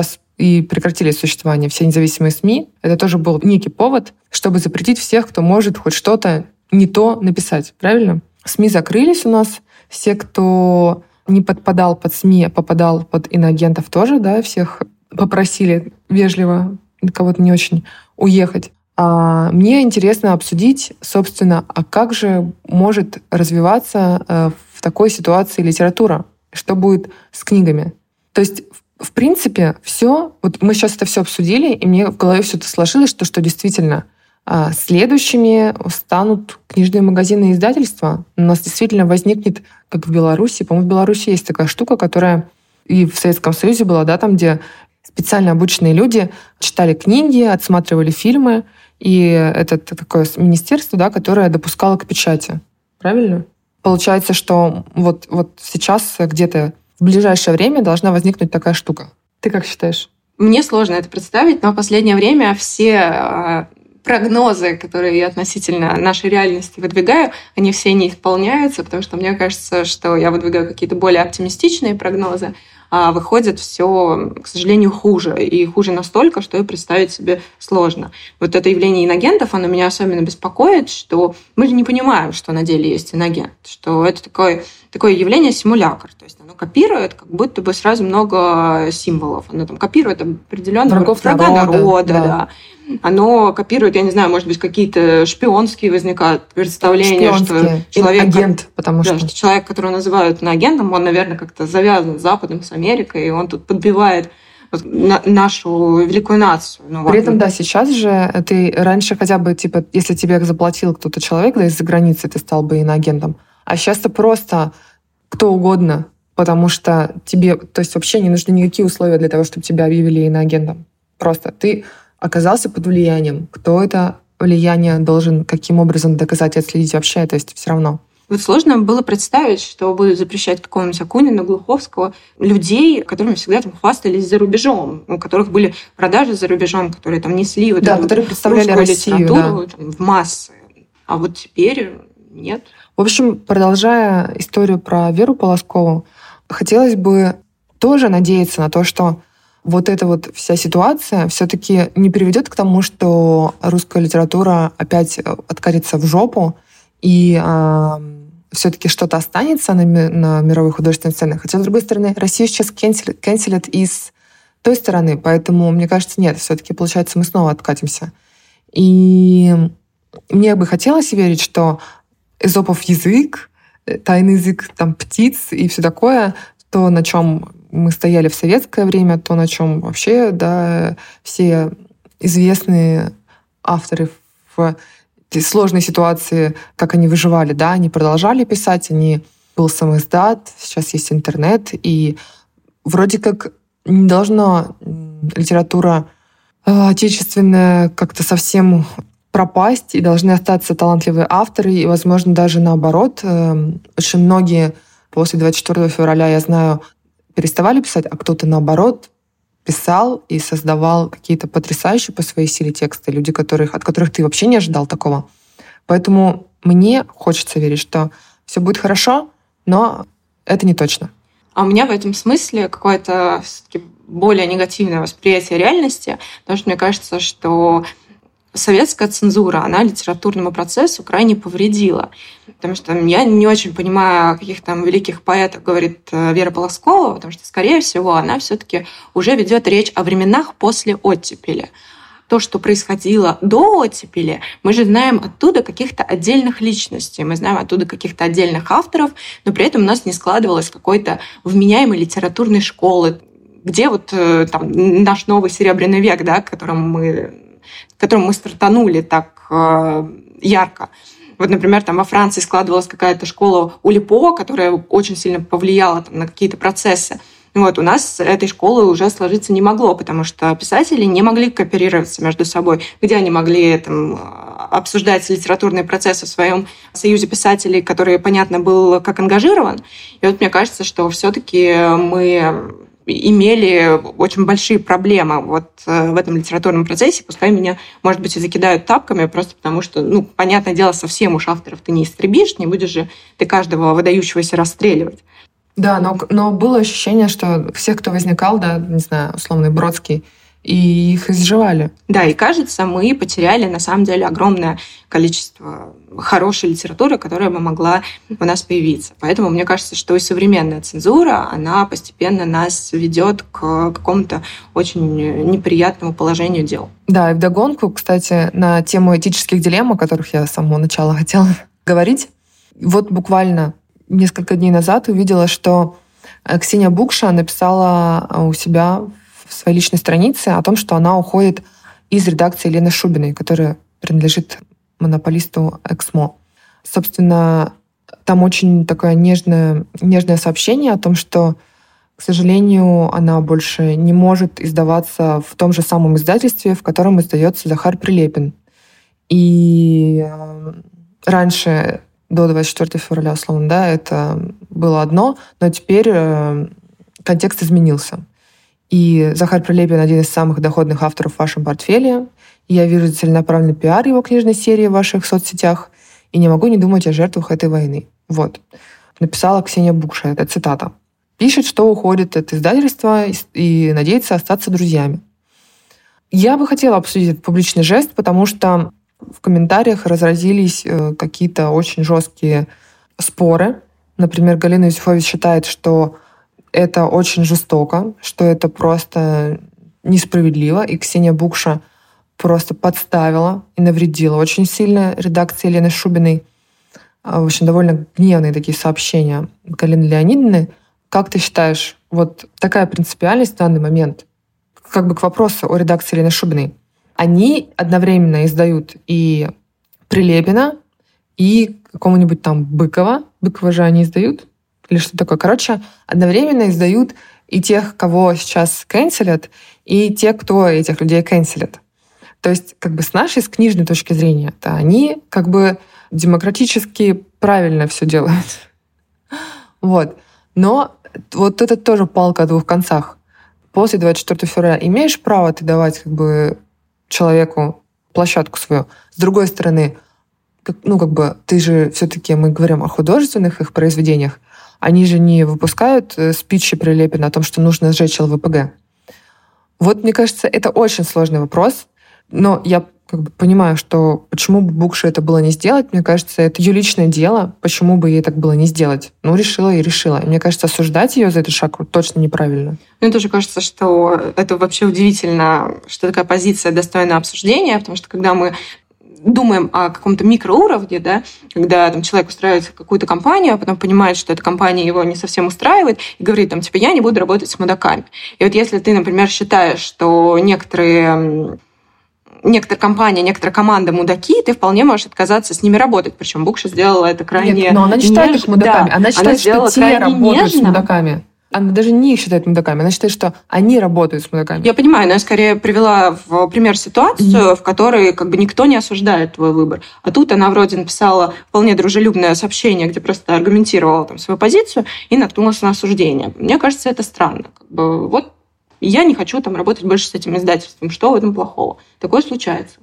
и прекратили существование все независимые СМИ, это тоже был некий повод, чтобы запретить всех, кто может хоть что-то не то написать. Правильно? СМИ закрылись у нас. Все, кто не подпадал под СМИ, а попадал под иноагентов тоже, да, всех попросили вежливо, кого-то не очень, уехать. А мне интересно обсудить, собственно, а как же может развиваться в такой ситуации литература? Что будет с книгами? То есть, в принципе, все. Вот мы сейчас это все обсудили, и мне в голове все это сложилось, что действительно следующими станут книжные магазины и издательства. У нас действительно возникнет, как в Беларуси, по-моему, в Беларуси есть такая штука, которая и в Советском Союзе была, да, там, где специально обученные люди читали книги, отсматривали фильмы, и это такое министерство, да, которое допускало к печати. Правильно? Получается, что вот сейчас где-то в ближайшее время должна возникнуть такая штука. Ты как считаешь? Мне сложно это представить, но в последнее время все прогнозы, которые я относительно нашей реальности выдвигаю, они все не исполняются, потому что мне кажется, что я выдвигаю какие-то более оптимистичные прогнозы, а выходит все, к сожалению, хуже. И хуже настолько, что и представить себе сложно. Вот это явление инагентов, оно меня особенно беспокоит, что мы же не понимаем, что на деле есть инагент, что это такое явление симулякр. То есть оно копирует как будто бы сразу много символов. Оно там копирует определенного врага народа, да. Оно копирует, я не знаю, может быть, какие-то шпионские возникают представления, что человек, агент, потому что человек, которого называют иноагентом, он, наверное, как-то завязан с Западом, с Америкой, и он тут подбивает нашу великую нацию. При этом, да, сейчас же ты раньше хотя бы, типа, если тебе заплатил кто-то человек, да, из-за границы, ты стал бы иноагентом. А сейчас-то просто кто угодно, потому что тебе, то есть вообще не нужны никакие условия для того, чтобы тебя объявили иноагентом. Просто ты оказался под влиянием. Кто это влияние должен каким образом доказать и отследить вообще, то есть все равно. Вот сложно было представить, что будут запрещать какого-нибудь Акунина, Глуховского, людей, которыми всегда там хвастались за рубежом, у которых были продажи за рубежом, которые там несли вот эту которые представляли Россию, литературу там, в массы. А вот теперь нет. В общем, продолжая историю про Веру Полоскову, хотелось бы тоже надеяться на то, что вот эта вот вся ситуация все-таки не приведет к тому, что русская литература опять откатится в жопу, и все-таки что-то останется на мировой художественной сцене. Хотя, с другой стороны, Россию сейчас канцелят и с той стороны, поэтому, мне кажется, нет, все-таки, получается, мы снова откатимся. И мне бы хотелось верить, что эзопов язык, тайный язык там, птиц и все такое, то, на чем мы стояли в советское время, то, на чем вообще, да, все известные авторы в сложной ситуации, как они выживали, да, они продолжали писать, был самоиздат, сейчас есть интернет, и вроде как не должна литература отечественная как-то совсем пропасть, и должны остаться талантливые авторы, и, возможно, даже наоборот. Очень многие после 24 февраля, я знаю, переставали писать, а кто-то, наоборот, писал и создавал какие-то потрясающие по своей силе тексты, люди, от которых ты вообще не ожидал такого. Поэтому мне хочется верить, что все будет хорошо, но это не точно. А у меня в этом смысле какое-то все-таки более негативное восприятие реальности, потому что мне кажется, что советская цензура, она литературному процессу крайне повредила. Потому что я не очень понимаю, о каких там великих поэтах говорит Вера Полоскова, потому что, скорее всего, она все-таки уже ведет речь о временах после оттепели. То, что происходило до оттепели, мы же знаем оттуда каких-то отдельных личностей, мы знаем оттуда каких-то отдельных авторов, но при этом у нас не складывалось какой-то вменяемой литературной школы, где вот там наш новый серебряный век, да, которым мы стартанули так ярко. Вот, например, там во Франции складывалась какая-то школа Улипо, которая очень сильно повлияла там, на какие-то процессы. Вот, у нас этой школы уже сложиться не могло, потому что писатели не могли кооперироваться между собой. Где они могли там, обсуждать литературные процессы в своем союзе писателей, который, понятно, был как ангажирован. И вот мне кажется, что все-таки мы имели очень большие проблемы вот в этом литературном процессе. Пускай меня, может быть, и закидают тапками, просто потому что, понятное дело, совсем уж авторов ты не истребишь, не будешь же ты каждого выдающегося расстреливать. Да, но было ощущение, что всех, кто возникал, да, не знаю, условный Бродский, и их изживали. Да, и кажется, мы потеряли на самом деле огромное количество хорошей литературы, которая бы могла у нас появиться. Поэтому мне кажется, что и современная цензура, она постепенно нас ведет к какому-то очень неприятному положению дел. Да, и вдогонку, кстати, на тему этических дилемм, о которых я с самого начала хотела говорить, вот буквально несколько дней назад увидела, что Ксения Букша написала у себя в своей личной странице о том, что она уходит из редакции Елены Шубиной, которая принадлежит монополисту Эксмо. Собственно, там очень такое нежное сообщение о том, что, к сожалению, она больше не может издаваться в том же самом издательстве, в котором издается Захар Прилепин. И раньше, до 24 февраля, условно, да, это было одно, но теперь контекст изменился. И Захар Прилепин — один из самых доходных авторов в вашем портфеле. Я вижу целенаправленный пиар его книжной серии в ваших соцсетях и не могу не думать о жертвах этой войны. Вот. Написала Ксения Букша, это цитата. Пишет, что уходит от издательства и надеется остаться друзьями. Я бы хотела обсудить этот публичный жест, потому что в комментариях разразились какие-то очень жесткие споры. Например, Галина Юзефович считает, что это очень жестоко, что это просто несправедливо, и Ксения Букша просто подставила и навредила очень сильно редакции Елены Шубиной. В общем, довольно гневные такие сообщения Галины Леонидовны. Как ты считаешь, вот такая принципиальность в данный момент, как бы к вопросу о редакции Елены Шубиной, они одновременно издают и Прилепина, и какого-нибудь там Быкова. Быкова же они издают? Или что такое? Короче, одновременно издают и тех, кого сейчас канцелят, и те, кто этих людей канцелит. То есть, как бы с нашей, с книжной точки зрения, то они как бы демократически правильно все делают. Вот. Но вот это тоже палка о двух концах. После 24 февраля имеешь право ты давать как бы человеку площадку свою. С другой стороны, ты же все-таки, мы говорим о художественных их произведениях, они же не выпускают спичи Прилепина о том, что нужно сжечь ЛВПГ. Вот, мне кажется, это очень сложный вопрос, но я как бы понимаю, что почему бы Букше это было не сделать. Мне кажется, это ее личное дело, почему бы ей так было не сделать. Ну, решила и решила. И мне кажется, осуждать ее за этот шаг точно неправильно. Мне тоже кажется, что это вообще удивительно, что такая позиция достойна обсуждения, потому что когда мы думаем о каком-то микроуровне, да, когда там, человек устраивает какую-то компанию, а потом понимает, что эта компания его не совсем устраивает, и говорит, там, типа, я не буду работать с мудаками. И вот если ты, например, считаешь, что некоторые компании, некоторая команда мудаки, ты вполне можешь отказаться с ними работать. Причем Букша сделала это крайне... Нет, но она не считает их мудаками. Да, она считает, что те работают с мудаками. Она даже не их считает мудаками. Она считает, что они работают с мудаками. Я понимаю, но я скорее привела в пример ситуацию, в которой как бы никто не осуждает твой выбор. А тут она вроде написала вполне дружелюбное сообщение, где просто аргументировала там свою позицию и наткнулась на осуждение. Мне кажется, это странно. Как бы, вот я не хочу там работать больше с этим издательством. Что в этом плохого? Такое случается.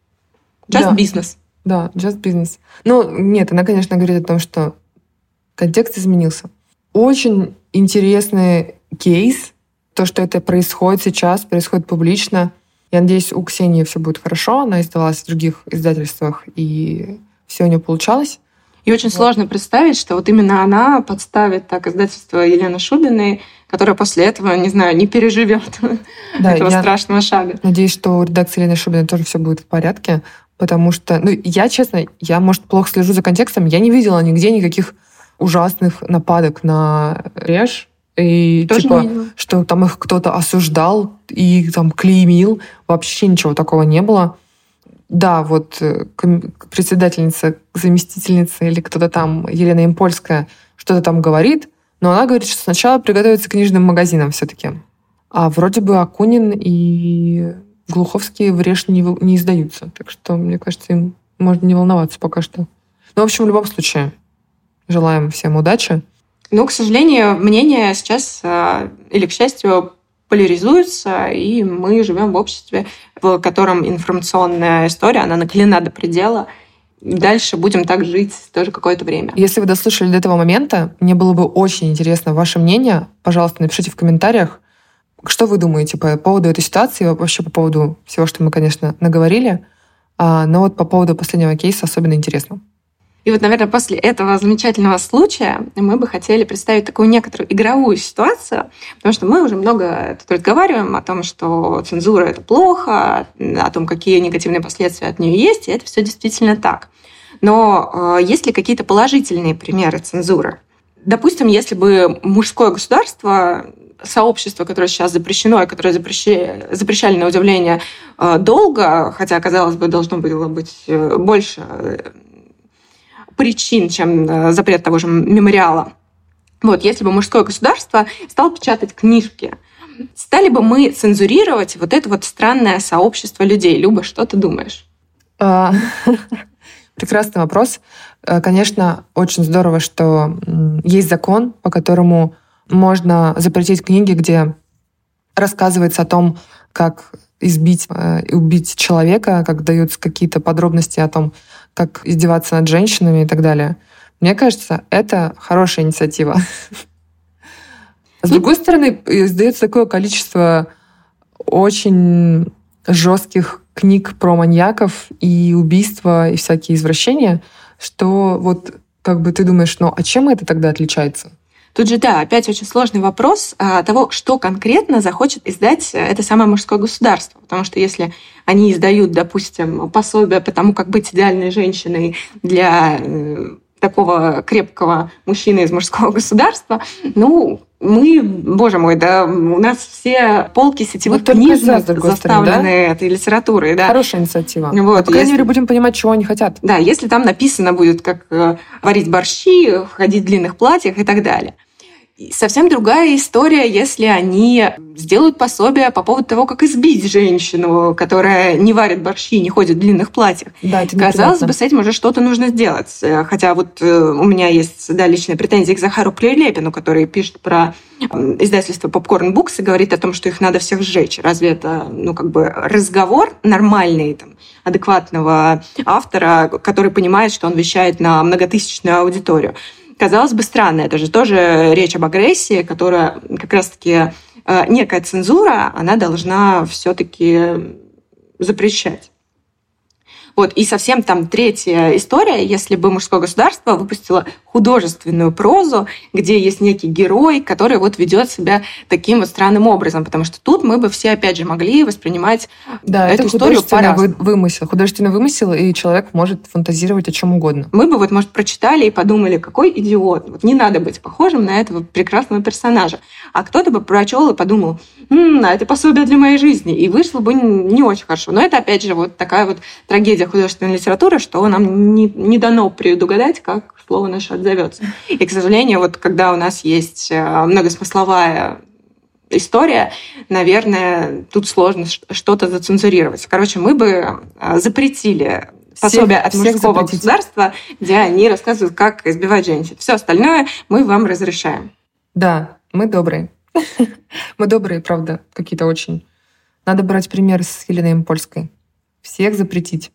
Just business. Да, just business. Ну, нет, она, конечно, говорит о том, что контекст изменился. Очень интересный кейс. То, что это происходит сейчас, происходит публично. Я надеюсь, у Ксении все будет хорошо. Она издавалась в других издательствах, и все у нее получалось. И очень сложно представить, что вот именно она подставит так издательство Елены Шубиной, которое после этого, не знаю, не переживет этого страшного шага. Надеюсь, что у редакции Елены Шубиной тоже все будет в порядке, потому что, я, честно, может, плохо слежу за контекстом, я не видела нигде никаких ужасных нападок на Реж, и тоже типа, что там их кто-то осуждал и там клеймил. Вообще ничего такого не было. Да, вот председательница, заместительница или кто-то там, Елена Импольская, что-то там говорит, но она говорит, что сначала приготовиться к книжным магазинам все-таки. А вроде бы Акунин и Глуховский в Реж не издаются. Так что, мне кажется, им можно не волноваться пока что. В общем, в любом случае, желаем всем удачи. К сожалению, мнения сейчас, или к счастью, поляризуются, и мы живем в обществе, в котором информационная история, она накалена до предела. дальше будем так жить тоже какое-то время. Если вы дослушали до этого момента, мне было бы очень интересно ваше мнение. Пожалуйста, напишите в комментариях, что вы думаете по поводу этой ситуации, вообще по поводу всего, что мы, конечно, наговорили. Но вот по поводу последнего кейса особенно интересно. И вот, наверное, после этого замечательного случая мы бы хотели представить такую некоторую игровую ситуацию, потому что мы уже много тут разговариваем о том, что цензура — это плохо, о том, какие негативные последствия от нее есть, и это все действительно так. Но есть ли какие-то положительные примеры цензуры? Допустим, если бы мужское государство, сообщество, которое сейчас запрещено, и которое запрещали, на удивление, долго, хотя, казалось бы, должно было быть больше причин, чем запрет того же мемориала. Вот, если бы мужское государство стало печатать книжки, стали бы мы цензурировать вот это вот странное сообщество людей? Люба, что ты думаешь? Прекрасный вопрос. Конечно, очень здорово, что есть закон, по которому можно запретить книги, где рассказывается о том, как избить и убить человека, как даются какие-то подробности о том, как издеваться над женщинами и так далее. Мне кажется, это хорошая инициатива. С другой стороны, издается такое количество очень жестких книг про маньяков и убийства, и всякие извращения, что вот как бы ты думаешь, ну а чем это тогда отличается? Тут же, да, опять очень сложный вопрос того, что конкретно захочет издать это самое мужское государство. Потому что если они издают, допустим, пособие по тому, как быть идеальной женщиной для такого крепкого мужчины из мужского государства, ну, мы, боже мой, да, у нас все полки сетевых книжных заставлены этой литературой. Да. Хорошая инициатива. Вот, по крайней мере, будем понимать, чего они хотят. Да, если там написано будет, как варить борщи, ходить в длинных платьях и так далее. И совсем другая история, если они сделают пособие по поводу того, как избить женщину, которая не варит борщи, не ходит в длинных платьях. Да, это казалось бы, с этим уже что-то нужно сделать. Хотя вот у меня есть личные претензии к Захару Прилепину, который пишет про издательство Popcorn Books и говорит о том, что их надо всех сжечь. Разве это разговор нормальный, адекватного автора, который понимает, что он вещает на многотысячную аудиторию? Казалось бы, странно. Это же тоже речь об агрессии, которая как раз-таки некая цензура, она должна все-таки запрещать. Вот. И совсем там третья история, если бы мужское государство выпустило художественную прозу, где есть некий герой, который вот ведет себя таким вот странным образом, потому что тут мы бы все, опять же, могли воспринимать эту историю по-разному. Художественный вымысел, и человек может фантазировать о чем угодно. Мы бы может, прочитали и подумали, какой идиот. Вот не надо быть похожим на этого прекрасного персонажа. А кто-то бы прочел и подумал, это пособие для моей жизни. И вышло бы не очень хорошо. Но это, опять же, вот такая вот трагедия художественной литературы, что нам не дано предугадать, как слово наше отзовется. И, к сожалению, вот когда у нас есть многосмысловая история, наверное, тут сложно что-то зацензурировать. Короче, мы бы запретили пособие от мужского государства, где они рассказывают, как избивать женщин. Все остальное мы вам разрешаем. Да, мы добрые. Мы добрые, правда, какие-то очень. Надо брать пример с Еленой Импольской. Всех запретить.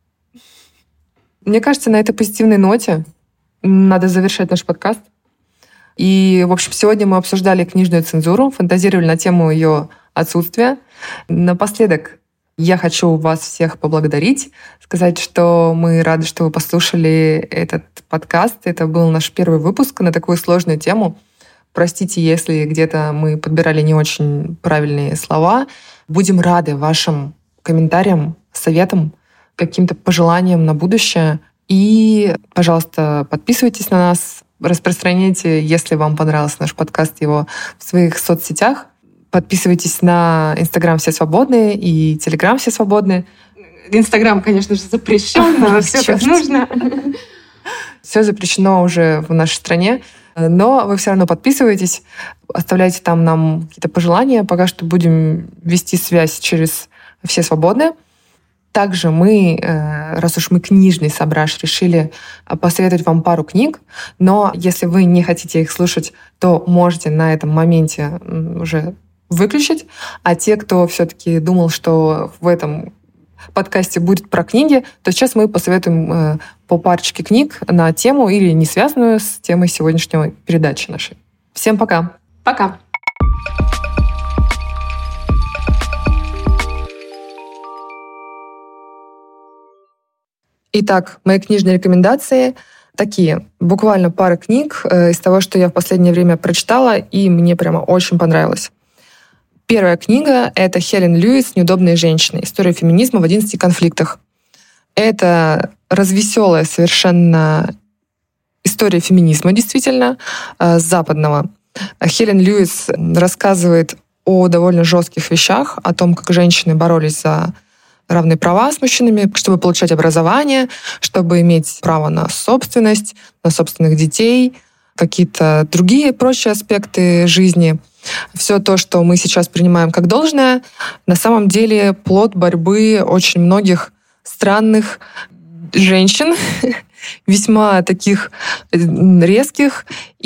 Мне кажется, на этой позитивной ноте надо завершать наш подкаст. И, в общем, сегодня мы обсуждали книжную цензуру, фантазировали на тему ее отсутствия. Напоследок я хочу вас всех поблагодарить, сказать, что мы рады, что вы послушали этот подкаст. Это был наш первый выпуск на такую сложную тему. Простите, если где-то мы подбирали не очень правильные слова. Будем рады вашим комментариям, советам, каким-то пожеланиям на будущее. И, пожалуйста, подписывайтесь на нас, распространяйте, если вам понравился наш подкаст, его в своих соцсетях. Подписывайтесь на Инстаграм «Все свободные» и Телеграм «Все свободные». Инстаграм, конечно же, запрещен, но все как нужно. Все запрещено уже в нашей стране, но вы все равно подписывайтесь, оставляйте там нам какие-то пожелания. Пока что будем вести связь через «Все свободные». Также мы, раз уж мы книжный сображ, решили посоветовать вам пару книг, но если вы не хотите их слушать, то можете на этом моменте уже выключить. А те, кто все-таки думал, что в этом подкасте будет про книги, то сейчас мы посоветуем по парочке книг на тему или не связанную с темой сегодняшней передачи нашей. Всем пока! Пока! Итак, мои книжные рекомендации такие. Буквально пара книг из того, что я в последнее время прочитала, и мне прямо очень понравилось. Первая книга — это Хелен Льюис «Неудобные женщины. История феминизма в 11 конфликтах». Это развеселая совершенно история феминизма, действительно, западного. Хелен Льюис рассказывает о довольно жестких вещах, о том, как женщины боролись за равные права с мужчинами, чтобы получать образование, чтобы иметь право на собственность, на собственных детей, какие-то другие прочие аспекты жизни. Все то, что мы сейчас принимаем как должное, на самом деле плод борьбы очень многих странных женщин, весьма таких резких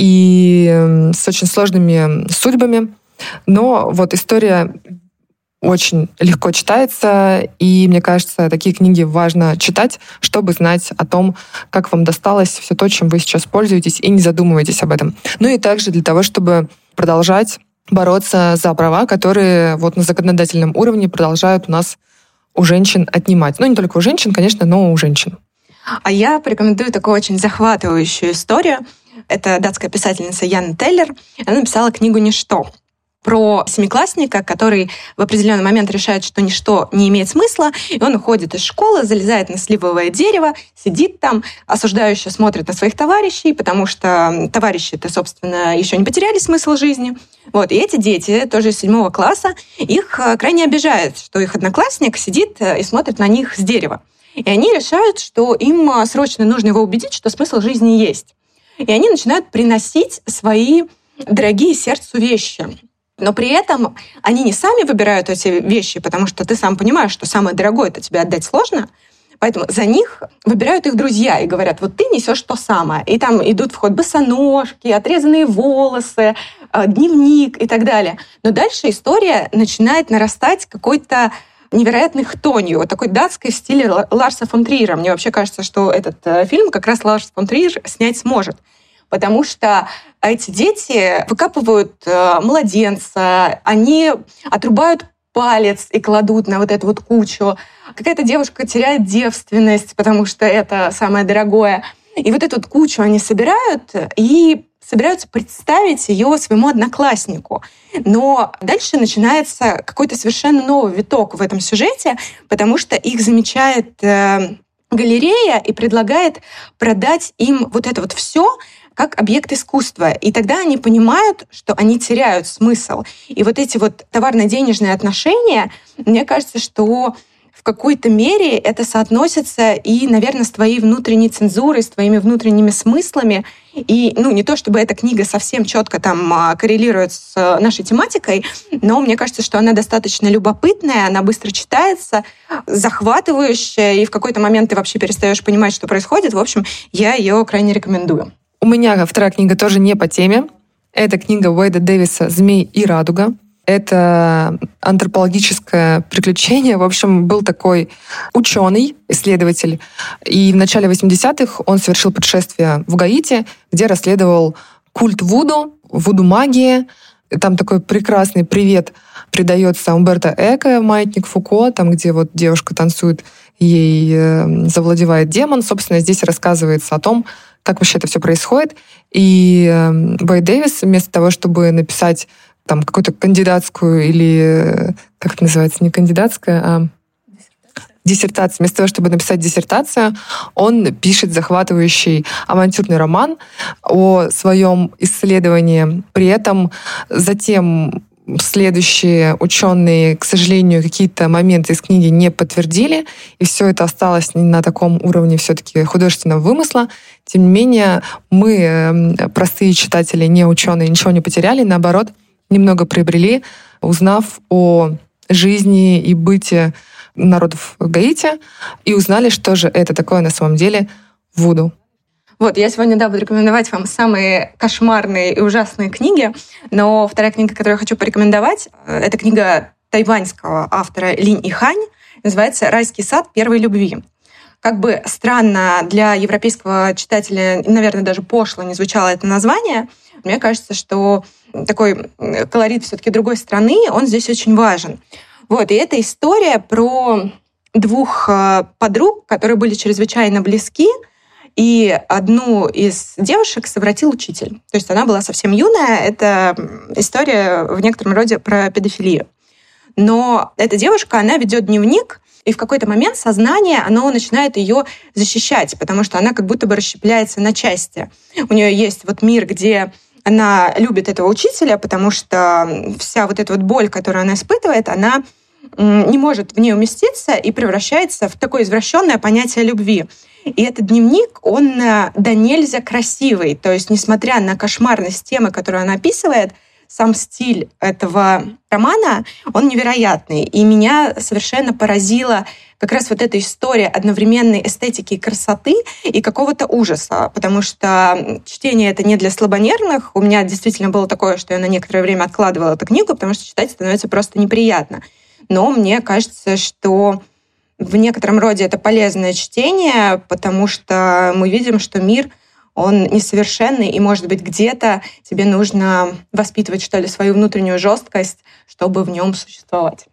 и с очень сложными судьбами. Но вот история очень легко читается, и мне кажется, такие книги важно читать, чтобы знать о том, как вам досталось все то, чем вы сейчас пользуетесь, и не задумываетесь об этом. Ну и также для того, чтобы продолжать бороться за права, которые вот на законодательном уровне продолжают у нас у женщин отнимать. Ну, не только у женщин, конечно, но у женщин. А я порекомендую такую очень захватывающую историю. Это датская писательница Яна Теллер. Она написала книгу «Ничто». Про семиклассника, который в определенный момент решает, что ничто не имеет смысла, и он уходит из школы, залезает на сливовое дерево, сидит там, осуждающе смотрит на своих товарищей, потому что товарищи-то, собственно, еще не потеряли смысл жизни. Вот. И эти дети, тоже из 7 класса, их крайне обижают, что их одноклассник сидит и смотрит на них с дерева. И они решают, что им срочно нужно его убедить, что смысл жизни есть. И они начинают приносить свои дорогие сердцу вещи. Но при этом они не сами выбирают эти вещи, потому что ты сам понимаешь, что самое дорогое это тебе отдать сложно. Поэтому за них выбирают их друзья и говорят, вот ты несешь то самое. И там идут в ход босоножки, отрезанные волосы, дневник и так далее. Но дальше история начинает нарастать какой-то невероятной хтонью, вот такой датской в стиле Ларса фон Триера. Мне вообще кажется, что этот фильм как раз Ларс фон Триер снять сможет. Потому что эти дети выкапывают младенца, они отрубают палец и кладут на вот эту вот кучу. Какая-то девушка теряет девственность, потому что это самое дорогое. И вот эту вот кучу они собирают и собираются представить ее своему однокласснику. Но дальше начинается какой-то совершенно новый виток в этом сюжете, потому что их замечает галерея и предлагает продать им вот это вот все как объект искусства. И тогда они понимают, что они теряют смысл. И вот эти вот товарно-денежные отношения, мне кажется, что в какой-то мере это соотносится и, наверное, с твоей внутренней цензурой, с твоими внутренними смыслами. И, не то чтобы эта книга совсем четко там коррелирует с нашей тематикой, но мне кажется, что она достаточно любопытная, она быстро читается, захватывающая, и в какой-то момент ты вообще перестаешь понимать, что происходит. В общем, я ее крайне рекомендую. У меня вторая книга тоже не по теме. Это книга Уэйда Дэвиса «Змей и радуга». Это антропологическое приключение. В общем, был такой ученый, исследователь. И в начале 80-х он совершил путешествие в Гаити, где расследовал культ вуду, вуду-магии. Там такой прекрасный привет придается Умберто Эко, «Маятник Фуко», там, где вот девушка танцует, ей завладевает демон. Собственно, здесь рассказывается о том, как вообще это все происходит. И Уэйд Дэвис вместо того, чтобы написать там какую-то кандидатскую или, как это называется, не кандидатская, а диссертацию. Вместо того, чтобы написать диссертацию, он пишет захватывающий авантюрный роман о своем исследовании. При этом затем следующие ученые, к сожалению, какие-то моменты из книги не подтвердили, и все это осталось на таком уровне все-таки художественного вымысла. Тем не менее, мы, простые читатели, не ученые, ничего не потеряли, наоборот, немного приобрели, узнав о жизни и быте народов Гаити, и узнали, что же это такое на самом деле вуду. Вот, я сегодня, буду рекомендовать вам самые кошмарные и ужасные книги, но вторая книга, которую я хочу порекомендовать, это книга тайваньского автора Линь Ихань Называется «Райский сад первой любви». Как бы странно для европейского читателя, наверное, даже пошло не звучало это название, мне кажется, что такой колорит все-таки другой страны, он здесь очень важен. Вот, и это история про двух подруг, которые были чрезвычайно близки, и одну из девушек совратил учитель. То есть она была совсем юная. Это история в некотором роде про педофилию. Но эта девушка, она ведет дневник, и в какой-то момент сознание, оно начинает ее защищать, потому что она как будто бы расщепляется на части. У нее есть вот мир, где она любит этого учителя, потому что вся вот эта вот боль, которую она испытывает, она не может в ней уместиться и превращается в такое извращенное понятие любви. И этот дневник, он да нельзя красивый. То есть, несмотря на кошмарность темы, которую она описывает, сам стиль этого романа, он невероятный. И меня совершенно поразила как раз вот эта история одновременной эстетики и красоты и какого-то ужаса. Потому что чтение это не для слабонервных. У меня действительно было такое, что я на некоторое время откладывала эту книгу, потому что читать становится просто неприятно. Но мне кажется, что в некотором роде это полезное чтение, потому что мы видим, что мир, он несовершенный, и, может быть, где-то тебе нужно воспитывать, что ли, свою внутреннюю жесткость, чтобы в нем существовать.